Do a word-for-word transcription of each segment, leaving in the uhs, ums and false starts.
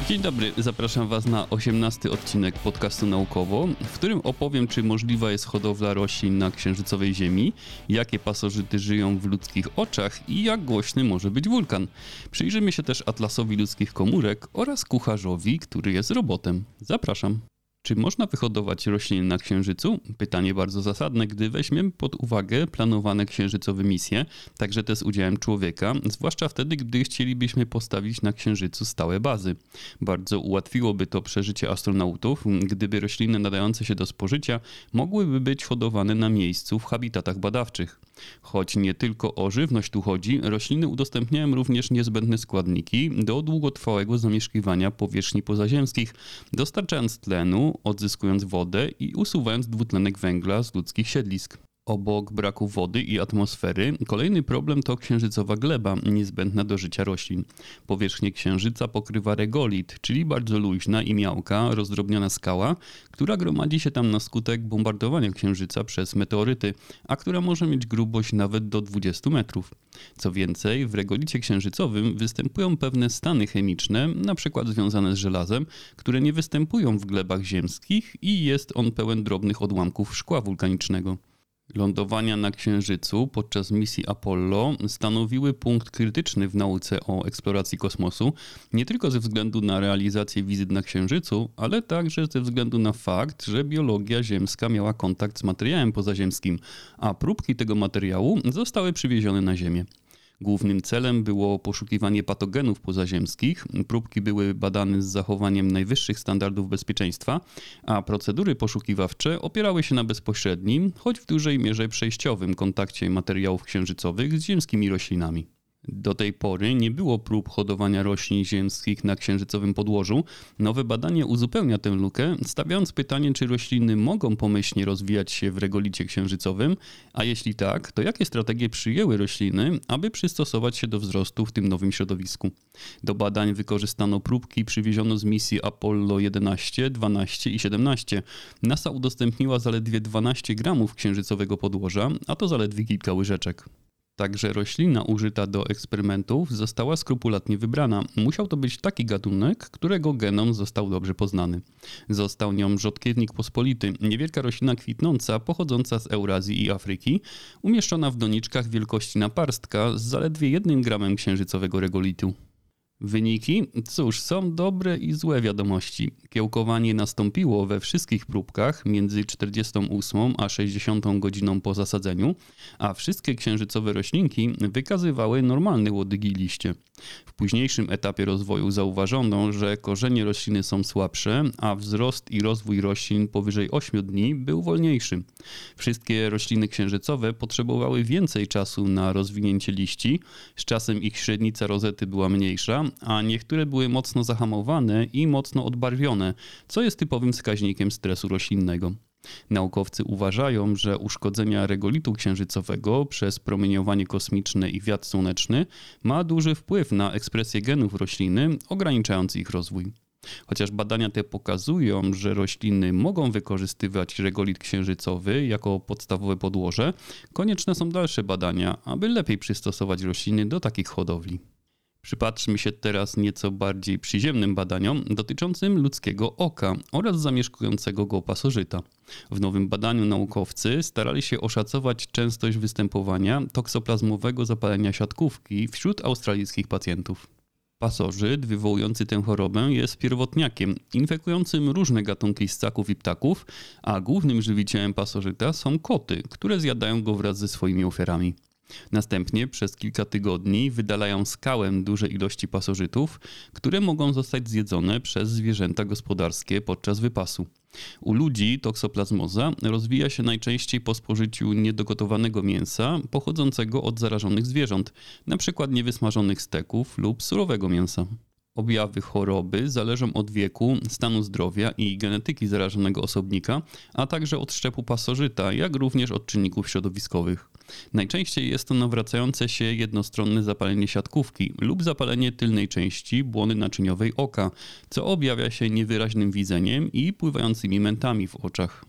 Dzień dobry, zapraszam Was na osiemnasty odcinek podcastu Naukowo, w którym opowiem, czy możliwa jest hodowla roślin na księżycowej ziemi, jakie pasożyty żyją w ludzkich oczach i jak głośny może być wulkan. Przyjrzymy się też atlasowi ludzkich komórek oraz kucharzowi, który jest robotem. Zapraszam. Czy można wyhodować rośliny na Księżycu? Pytanie bardzo zasadne, gdy weźmiemy pod uwagę planowane księżycowe misje, także te z udziałem człowieka, zwłaszcza wtedy, gdy chcielibyśmy postawić na Księżycu stałe bazy. Bardzo ułatwiłoby to przeżycie astronautów, gdyby rośliny nadające się do spożycia mogłyby być hodowane na miejscu w habitatach badawczych. Choć nie tylko o żywność tu chodzi, rośliny udostępniają również niezbędne składniki do długotrwałego zamieszkiwania powierzchni pozaziemskich, dostarczając tlenu, odzyskując wodę i usuwając dwutlenek węgla z ludzkich siedlisk. Obok braku wody i atmosfery, kolejny problem to księżycowa gleba, niezbędna do życia roślin. Powierzchnię Księżyca pokrywa regolit, czyli bardzo luźna i miałka, rozdrobniona skała, która gromadzi się tam na skutek bombardowania Księżyca przez meteoryty, a która może mieć grubość nawet do dwudziestu metrów. Co więcej, w regolicie księżycowym występują pewne stany chemiczne, na przykład związane z żelazem, które nie występują w glebach ziemskich i jest on pełen drobnych odłamków szkła wulkanicznego. Lądowania na Księżycu podczas misji Apollo stanowiły punkt krytyczny w nauce o eksploracji kosmosu, nie tylko ze względu na realizację wizyt na Księżycu, ale także ze względu na fakt, że biologia ziemska miała kontakt z materiałem pozaziemskim, a próbki tego materiału zostały przywiezione na Ziemię. Głównym celem było poszukiwanie patogenów pozaziemskich, próbki były badane z zachowaniem najwyższych standardów bezpieczeństwa, a procedury poszukiwawcze opierały się na bezpośrednim, choć w dużej mierze przejściowym kontakcie materiałów księżycowych z ziemskimi roślinami. Do tej pory nie było prób hodowania roślin ziemskich na księżycowym podłożu. Nowe badanie uzupełnia tę lukę, stawiając pytanie, czy rośliny mogą pomyślnie rozwijać się w regolicie księżycowym, a jeśli tak, to jakie strategie przyjęły rośliny, aby przystosować się do wzrostu w tym nowym środowisku. Do badań wykorzystano próbki przywieziono z misji Apollo jedenaście, dwanaście i siedemnaście. NASA udostępniła zaledwie dwanaście gramów księżycowego podłoża, a to zaledwie kilka łyżeczek. Także roślina użyta do eksperymentów została skrupulatnie wybrana. Musiał to być taki gatunek, którego genom został dobrze poznany. Został nią rzodkiewnik pospolity, niewielka roślina kwitnąca pochodząca z Eurazji i Afryki, umieszczona w doniczkach wielkości naparstka z zaledwie jednym gramem księżycowego regolitu. Wyniki? Cóż, są dobre i złe wiadomości. Kiełkowanie nastąpiło we wszystkich próbkach między czterdziestą ósmą a sześćdziesiątą godziną po zasadzeniu, a wszystkie księżycowe roślinki wykazywały normalne łodygi i liście. W późniejszym etapie rozwoju zauważono, że korzenie rośliny są słabsze, a wzrost i rozwój roślin powyżej ośmiu dni był wolniejszy. Wszystkie rośliny księżycowe potrzebowały więcej czasu na rozwinięcie liści, z czasem ich średnica rozety była mniejsza, a niektóre były mocno zahamowane i mocno odbarwione, co jest typowym wskaźnikiem stresu roślinnego. Naukowcy uważają, że uszkodzenia regolitu księżycowego przez promieniowanie kosmiczne i wiatr słoneczny ma duży wpływ na ekspresję genów rośliny, ograniczając ich rozwój. Chociaż badania te pokazują, że rośliny mogą wykorzystywać regolit księżycowy jako podstawowe podłoże, konieczne są dalsze badania, aby lepiej przystosować rośliny do takich hodowli. Przypatrzmy się teraz nieco bardziej przyziemnym badaniom dotyczącym ludzkiego oka oraz zamieszkującego go pasożyta. W nowym badaniu naukowcy starali się oszacować częstość występowania toksoplazmowego zapalenia siatkówki wśród australijskich pacjentów. Pasożyt wywołujący tę chorobę jest pierwotniakiem, infekującym różne gatunki ssaków i ptaków, a głównym żywicielem pasożyta są koty, które zjadają go wraz ze swoimi ofiarami. Następnie przez kilka tygodni wydalają skałę duże ilości pasożytów, które mogą zostać zjedzone przez zwierzęta gospodarskie podczas wypasu. U ludzi toksoplazmoza rozwija się najczęściej po spożyciu niedogotowanego mięsa pochodzącego od zarażonych zwierząt, np. niewysmażonych steków lub surowego mięsa. Objawy choroby zależą od wieku, stanu zdrowia i genetyki zarażonego osobnika, a także od szczepu pasożyta, jak również od czynników środowiskowych. Najczęściej jest to nawracające się jednostronne zapalenie siatkówki lub zapalenie tylnej części błony naczyniowej oka, co objawia się niewyraźnym widzeniem i pływającymi mętami w oczach.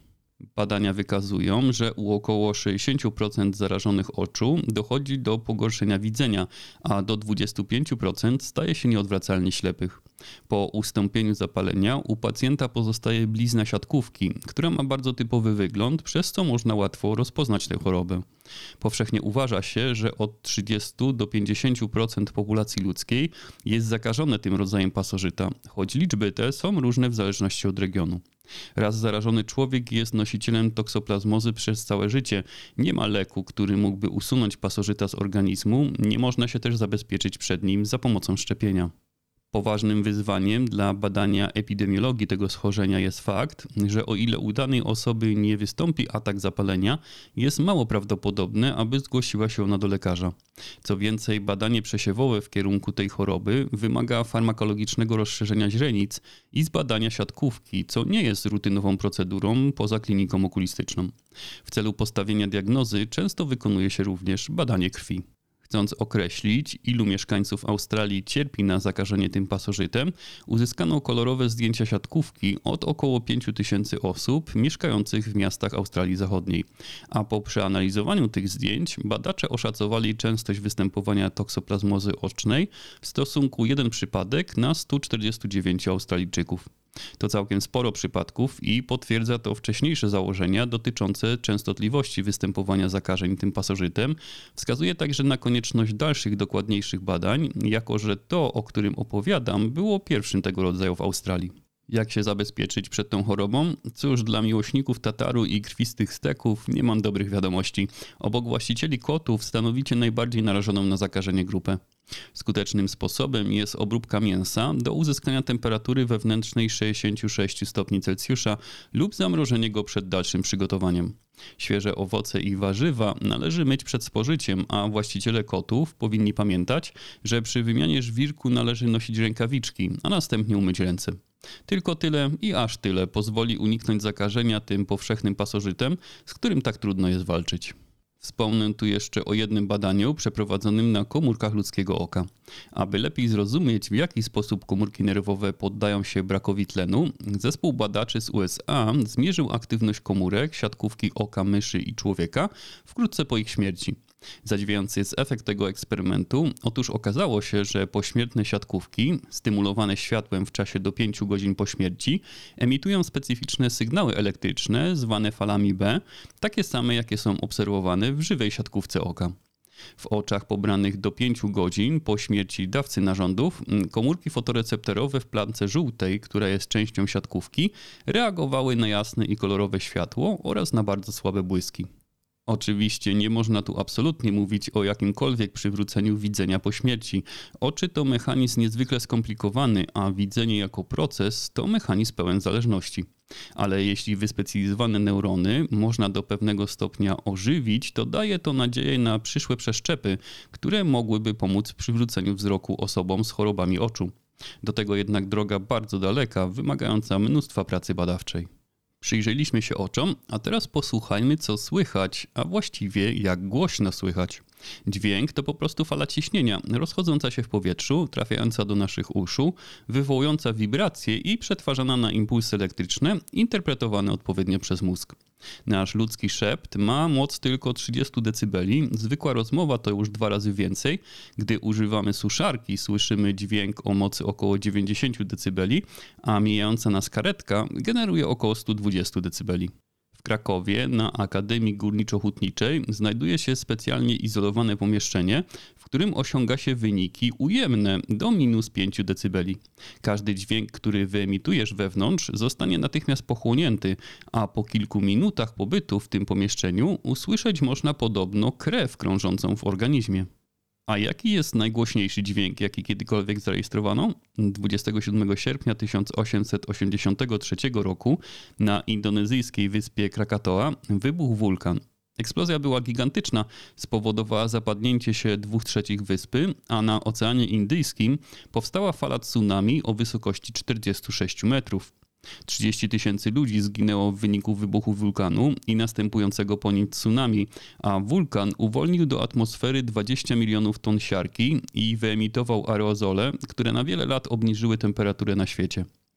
Badania wykazują, że u około sześćdziesiąt procent zarażonych oczu dochodzi do pogorszenia widzenia, a do dwadzieścia pięć procent staje się nieodwracalnie ślepych. Po ustąpieniu zapalenia u pacjenta pozostaje blizna siatkówki, która ma bardzo typowy wygląd, przez co można łatwo rozpoznać tę chorobę. Powszechnie uważa się, że od trzydziestu do pięćdziesięciu procent populacji ludzkiej jest zakażone tym rodzajem pasożyta, choć liczby te są różne w zależności od regionu. Raz zarażony człowiek jest nosicielem toksoplazmozy przez całe życie. Nie ma leku, który mógłby usunąć pasożyta z organizmu, nie można się też zabezpieczyć przed nim za pomocą szczepienia. Poważnym wyzwaniem dla badania epidemiologii tego schorzenia jest fakt, że o ile u danej osoby nie wystąpi atak zapalenia, jest mało prawdopodobne, aby zgłosiła się ona do lekarza. Co więcej, badanie przesiewowe w kierunku tej choroby wymaga farmakologicznego rozszerzenia źrenic i zbadania siatkówki, co nie jest rutynową procedurą poza kliniką okulistyczną. W celu postawienia diagnozy często wykonuje się również badanie krwi. Chcąc określić, ilu mieszkańców Australii cierpi na zakażenie tym pasożytem, uzyskano kolorowe zdjęcia siatkówki od około pięć tysięcy osób mieszkających w miastach Australii Zachodniej. A po przeanalizowaniu tych zdjęć badacze oszacowali częstość występowania toksoplazmozy ocznej w stosunku jeden przypadek na sto czterdzieści dziewięć Australijczyków. To całkiem sporo przypadków i potwierdza to wcześniejsze założenia dotyczące częstotliwości występowania zakażeń tym pasożytem. Wskazuje także na konieczność dalszych, dokładniejszych badań, jako że to, o którym opowiadam, było pierwszym tego rodzaju w Australii. Jak się zabezpieczyć przed tą chorobą? Cóż, dla miłośników tataru i krwistych steków nie mam dobrych wiadomości. Obok właścicieli kotów stanowicie najbardziej narażoną na zakażenie grupę. Skutecznym sposobem jest obróbka mięsa do uzyskania temperatury wewnętrznej sześćdziesiąt sześć stopni Celsjusza lub zamrożenie go przed dalszym przygotowaniem. Świeże owoce i warzywa należy myć przed spożyciem, a właściciele kotów powinni pamiętać, że przy wymianie żwirku należy nosić rękawiczki, a następnie umyć ręce. Tylko tyle i aż tyle pozwoli uniknąć zakażenia tym powszechnym pasożytem, z którym tak trudno jest walczyć. Wspomnę tu jeszcze o jednym badaniu przeprowadzonym na komórkach ludzkiego oka. Aby lepiej zrozumieć, w jaki sposób komórki nerwowe poddają się brakowi tlenu, zespół badaczy z U S A zmierzył aktywność komórek siatkówki oka myszy i człowieka wkrótce po ich śmierci. Zadziwiający jest efekt tego eksperymentu. Otóż okazało się, że pośmiertne siatkówki, stymulowane światłem w czasie do pięciu godzin po śmierci, emitują specyficzne sygnały elektryczne zwane falami B, takie same jakie są obserwowane w żywej siatkówce oka. W oczach pobranych do pięciu godzin po śmierci dawcy narządów komórki fotoreceptorowe w plamce żółtej, która jest częścią siatkówki, reagowały na jasne i kolorowe światło oraz na bardzo słabe błyski. Oczywiście nie można tu absolutnie mówić o jakimkolwiek przywróceniu widzenia po śmierci. Oczy to mechanizm niezwykle skomplikowany, a widzenie jako proces to mechanizm pełen zależności. Ale jeśli wyspecjalizowane neurony można do pewnego stopnia ożywić, to daje to nadzieję na przyszłe przeszczepy, które mogłyby pomóc w przywróceniu wzroku osobom z chorobami oczu. Do tego jednak droga bardzo daleka, wymagająca mnóstwa pracy badawczej. Przyjrzeliśmy się oczom, a teraz posłuchajmy, co słychać, a właściwie jak głośno słychać. Dźwięk to po prostu fala ciśnienia, rozchodząca się w powietrzu, trafiająca do naszych uszu, wywołująca wibracje i przetwarzana na impulsy elektryczne, interpretowane odpowiednio przez mózg. Nasz ludzki szept ma moc tylko trzydzieści decybeli, zwykła rozmowa to już dwa razy więcej. Gdy używamy suszarki, słyszymy dźwięk o mocy około dziewięćdziesiąt decybeli, a mijająca nas karetka generuje około sto dwadzieścia decybeli. W Krakowie na Akademii Górniczo-Hutniczej znajduje się specjalnie izolowane pomieszczenie, w którym osiąga się wyniki ujemne do minus pięć decybeli. Każdy dźwięk, który wyemitujesz wewnątrz, zostanie natychmiast pochłonięty, a po kilku minutach pobytu w tym pomieszczeniu usłyszeć można podobno krew krążącą w organizmie. A jaki jest najgłośniejszy dźwięk, jaki kiedykolwiek zarejestrowano? dwudziestego siódmego sierpnia tysiąc osiemset osiemdziesiątego trzeciego roku na indonezyjskiej wyspie Krakatoa wybuchł wulkan. Eksplozja była gigantyczna, spowodowała zapadnięcie się dwóch trzecich wyspy, a na Oceanie Indyjskim powstała fala tsunami o wysokości czterdzieści sześć metrów. trzydzieści tysięcy ludzi zginęło w wyniku wybuchu wulkanu i następującego po nim tsunami, a wulkan uwolnił do atmosfery dwadzieścia milionów ton siarki i wyemitował aerozole, które na wiele lat obniżyły temperaturę na świecie.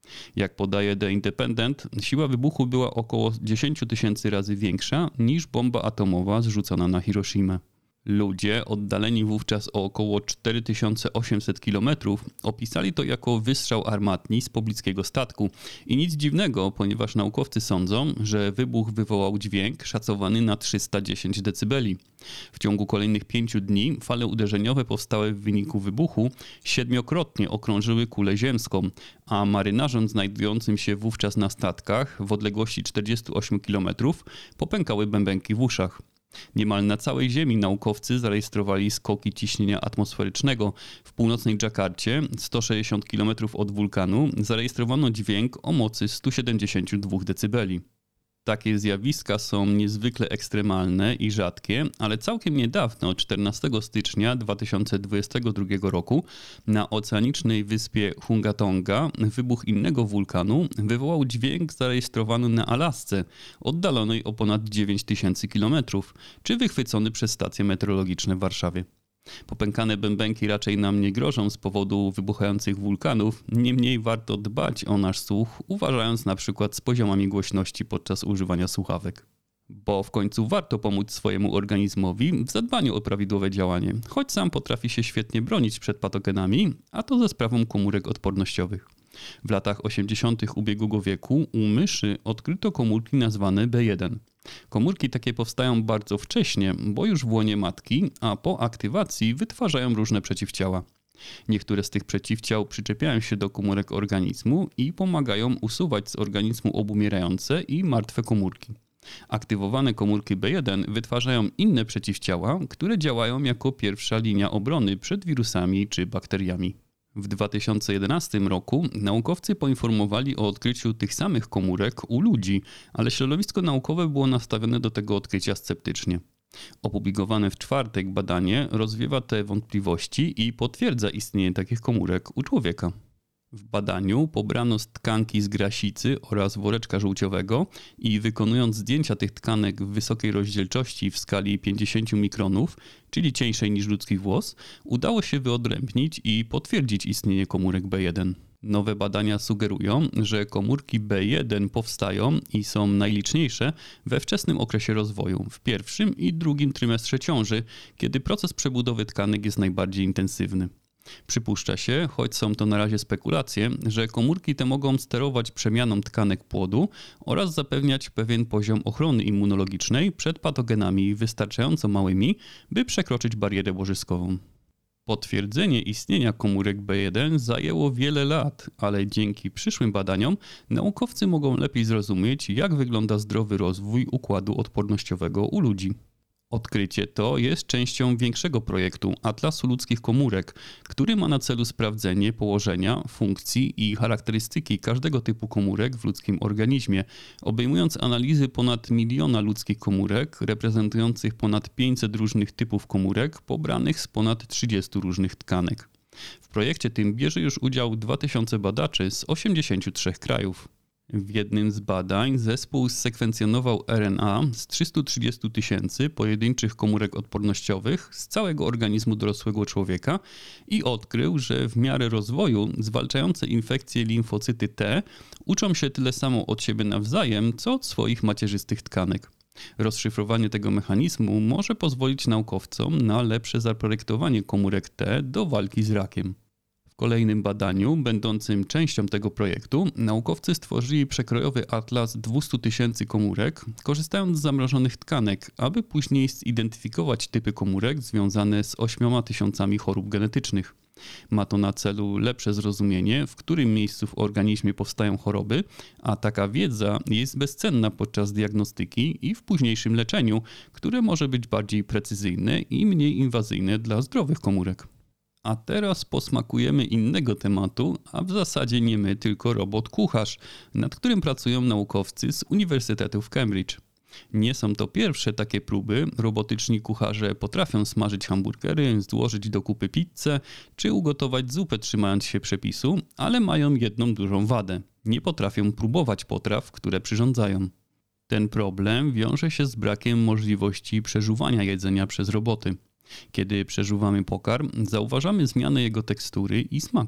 Jak podaje The Independent, siła wybuchu była około dziesięć tysięcy razy większa niż bomba atomowa zrzucona na Hiroshimę. Ludzie, oddaleni wówczas o około cztery tysiące osiemset kilometrów, opisali to jako wystrzał armatni z pobliskiego statku. I nic dziwnego, ponieważ naukowcy sądzą, że wybuch wywołał dźwięk szacowany na trzysta dziesięć decybeli. W ciągu kolejnych pięciu dni fale uderzeniowe powstałe w wyniku wybuchu siedmiokrotnie okrążyły kulę ziemską, a marynarzom znajdującym się wówczas na statkach w odległości czterdziestu ośmiu kilometrów popękały bębenki w uszach. Niemal na całej Ziemi naukowcy zarejestrowali skoki ciśnienia atmosferycznego. W północnej Dżakarcie, sto sześćdziesiąt kilometrów od wulkanu, zarejestrowano dźwięk o mocy stu siedemdziesięciu dwóch decybeli. Takie zjawiska są niezwykle ekstremalne i rzadkie, ale całkiem niedawno, czternastego stycznia dwa tysiące dwudziestego drugiego roku, na oceanicznej wyspie Hungatonga wybuch innego wulkanu wywołał dźwięk zarejestrowany na Alasce, oddalonej o ponad dziewięć tysięcy kilometrów, czy wychwycony przez stacje meteorologiczne w Warszawie. Popękane bębenki raczej nam nie grożą z powodu wybuchających wulkanów, niemniej warto dbać o nasz słuch, uważając na przykład z poziomami głośności podczas używania słuchawek. Bo w końcu warto pomóc swojemu organizmowi w zadbaniu o prawidłowe działanie, choć sam potrafi się świetnie bronić przed patogenami, a to za sprawą komórek odpornościowych. W latach osiemdziesiątych ubiegłego wieku u myszy odkryto komórki nazwane B jeden. Komórki takie powstają bardzo wcześnie, bo już w łonie matki, a po aktywacji wytwarzają różne przeciwciała. Niektóre z tych przeciwciał przyczepiają się do komórek organizmu i pomagają usuwać z organizmu obumierające i martwe komórki. Aktywowane komórki B jeden wytwarzają inne przeciwciała, które działają jako pierwsza linia obrony przed wirusami czy bakteriami. W dwa tysiące jedenastym roku naukowcy poinformowali o odkryciu tych samych komórek u ludzi, ale środowisko naukowe było nastawione do tego odkrycia sceptycznie. Opublikowane w czwartek badanie rozwiewa te wątpliwości i potwierdza istnienie takich komórek u człowieka. W badaniu pobrano z tkanki z grasicy oraz woreczka żółciowego i wykonując zdjęcia tych tkanek w wysokiej rozdzielczości w skali pięćdziesiąt mikronów, czyli cieńszej niż ludzki włos, udało się wyodrębnić i potwierdzić istnienie komórek B jeden. Nowe badania sugerują, że komórki B jeden powstają i są najliczniejsze we wczesnym okresie rozwoju, w pierwszym i drugim trymestrze ciąży, kiedy proces przebudowy tkanek jest najbardziej intensywny. Przypuszcza się, choć są to na razie spekulacje, że komórki te mogą sterować przemianą tkanek płodu oraz zapewniać pewien poziom ochrony immunologicznej przed patogenami wystarczająco małymi, by przekroczyć barierę łożyskową. Potwierdzenie istnienia komórek B jeden zajęło wiele lat, ale dzięki przyszłym badaniom naukowcy mogą lepiej zrozumieć, jak wygląda zdrowy rozwój układu odpornościowego u ludzi. Odkrycie to jest częścią większego projektu Atlasu Ludzkich Komórek, który ma na celu sprawdzenie położenia, funkcji i charakterystyki każdego typu komórek w ludzkim organizmie, obejmując analizy ponad miliona ludzkich komórek reprezentujących ponad pięćset różnych typów komórek pobranych z ponad trzydziestu różnych tkanek. W projekcie tym bierze już udział dwa tysiące badaczy z osiemdziesięciu trzech krajów. W jednym z badań zespół zsekwencjonował R N A z trzystu trzydziestu tysięcy pojedynczych komórek odpornościowych z całego organizmu dorosłego człowieka i odkrył, że w miarę rozwoju zwalczające infekcje limfocyty T uczą się tyle samo od siebie nawzajem, co od swoich macierzystych tkanek. Rozszyfrowanie tego mechanizmu może pozwolić naukowcom na lepsze zaprojektowanie komórek T do walki z rakiem. W kolejnym badaniu, będącym częścią tego projektu, naukowcy stworzyli przekrojowy atlas dwustu tysięcy komórek, korzystając z zamrożonych tkanek, aby później zidentyfikować typy komórek związane z ośmioma tysiącami chorób genetycznych. Ma to na celu lepsze zrozumienie, w którym miejscu w organizmie powstają choroby, a taka wiedza jest bezcenna podczas diagnostyki i w późniejszym leczeniu, które może być bardziej precyzyjne i mniej inwazyjne dla zdrowych komórek. A teraz posmakujemy innego tematu, a w zasadzie nie my, tylko robot kucharz, nad którym pracują naukowcy z Uniwersytetu w Cambridge. Nie są to pierwsze takie próby. Robotyczni kucharze potrafią smażyć hamburgery, złożyć do kupy pizzę czy ugotować zupę trzymając się przepisu, ale mają jedną dużą wadę. Nie potrafią próbować potraw, które przyrządzają. Ten problem wiąże się z brakiem możliwości przeżuwania jedzenia przez roboty. Kiedy przeżuwamy pokarm, zauważamy zmianę jego tekstury i smaku.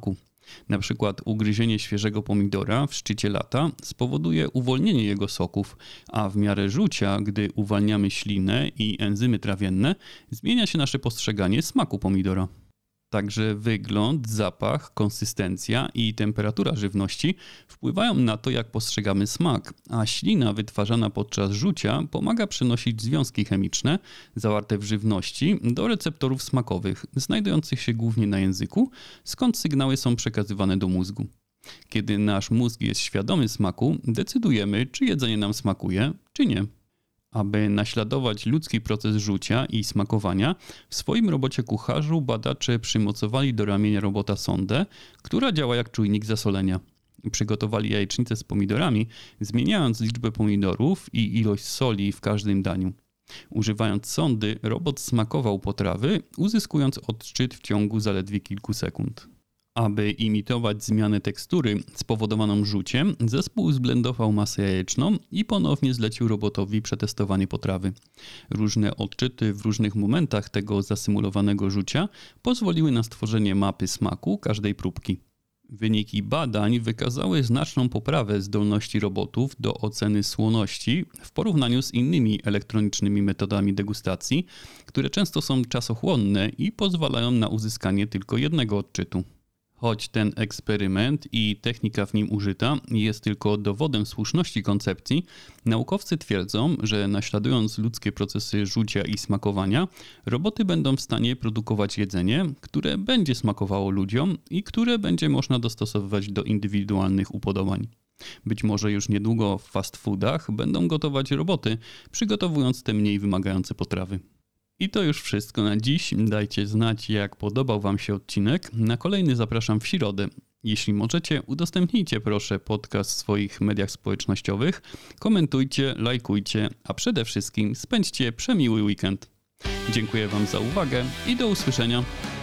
Na przykład ugryzienie świeżego pomidora w szczycie lata spowoduje uwolnienie jego soków, a w miarę rzucia, gdy uwalniamy ślinę i enzymy trawienne, zmienia się nasze postrzeganie smaku pomidora. Także wygląd, zapach, konsystencja i temperatura żywności wpływają na to, jak postrzegamy smak, a ślina wytwarzana podczas rzucia pomaga przenosić związki chemiczne zawarte w żywności do receptorów smakowych, znajdujących się głównie na języku, skąd sygnały są przekazywane do mózgu. Kiedy nasz mózg jest świadomy smaku, decydujemy, czy jedzenie nam smakuje, czy nie. Aby naśladować ludzki proces rzucia i smakowania, w swoim robocie kucharzu badacze przymocowali do ramienia robota sondę, która działa jak czujnik zasolenia. Przygotowali jajecznicę z pomidorami, zmieniając liczbę pomidorów i ilość soli w każdym daniu. Używając sondy, robot smakował potrawy, uzyskując odczyt w ciągu zaledwie kilku sekund. Aby imitować zmianę tekstury spowodowaną rzuciem, zespół zblendował masę jajeczną i ponownie zlecił robotowi przetestowanie potrawy. Różne odczyty w różnych momentach tego zasymulowanego rzucia pozwoliły na stworzenie mapy smaku każdej próbki. Wyniki badań wykazały znaczną poprawę zdolności robotów do oceny słoności w porównaniu z innymi elektronicznymi metodami degustacji, które często są czasochłonne i pozwalają na uzyskanie tylko jednego odczytu. Choć ten eksperyment i technika w nim użyta jest tylko dowodem słuszności koncepcji, naukowcy twierdzą, że naśladując ludzkie procesy rzucia i smakowania, roboty będą w stanie produkować jedzenie, które będzie smakowało ludziom i które będzie można dostosowywać do indywidualnych upodobań. Być może już niedługo w fast foodach będą gotować roboty, przygotowując te mniej wymagające potrawy. I to już wszystko na dziś. Dajcie znać, jak podobał Wam się odcinek. Na kolejny zapraszam w środę. Jeśli możecie, udostępnijcie proszę podcast w swoich mediach społecznościowych, komentujcie, lajkujcie, a przede wszystkim spędźcie przemiły weekend. Dziękuję Wam za uwagę i do usłyszenia.